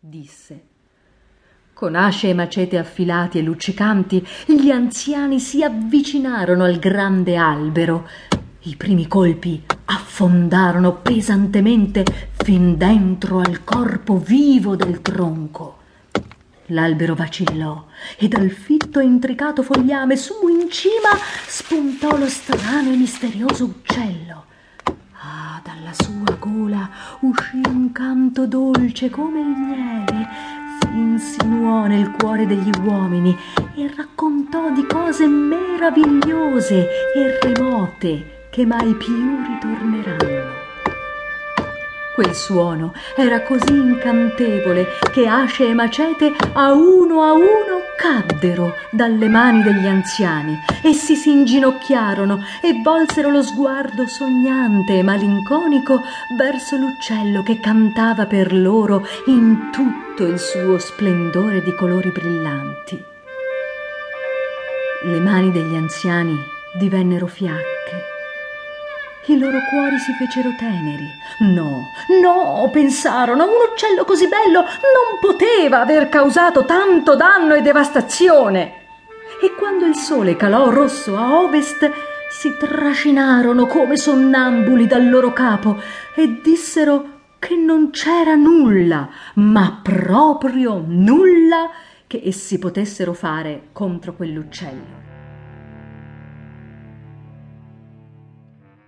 disse. Con asce e macete affilati e luccicanti, gli anziani si avvicinarono al grande albero. I primi colpi affondarono pesantemente fin dentro al corpo vivo del tronco. L'albero vacillò e dal fitto e intricato fogliame su in cima spuntò lo strano e misterioso uccello. Ah, dalla sua gola uscì un canto dolce come il miele, si insinuò nel cuore degli uomini e raccontò di cose meravigliose e remote che mai più ritorneranno. Quel suono era così incantevole che asce e macete a uno caddero dalle mani degli anziani. Essi si inginocchiarono e volsero lo sguardo sognante e malinconico verso l'uccello che cantava per loro in tutto il suo splendore di colori brillanti. Le mani degli anziani divennero fiacche. I loro cuori si fecero teneri. No, pensarono, un uccello così bello non poteva aver causato tanto danno e devastazione. E quando il sole calò rosso a ovest, si trascinarono come sonnambuli dal loro capo e dissero che non c'era nulla, ma proprio nulla, che essi potessero fare contro quell'uccello.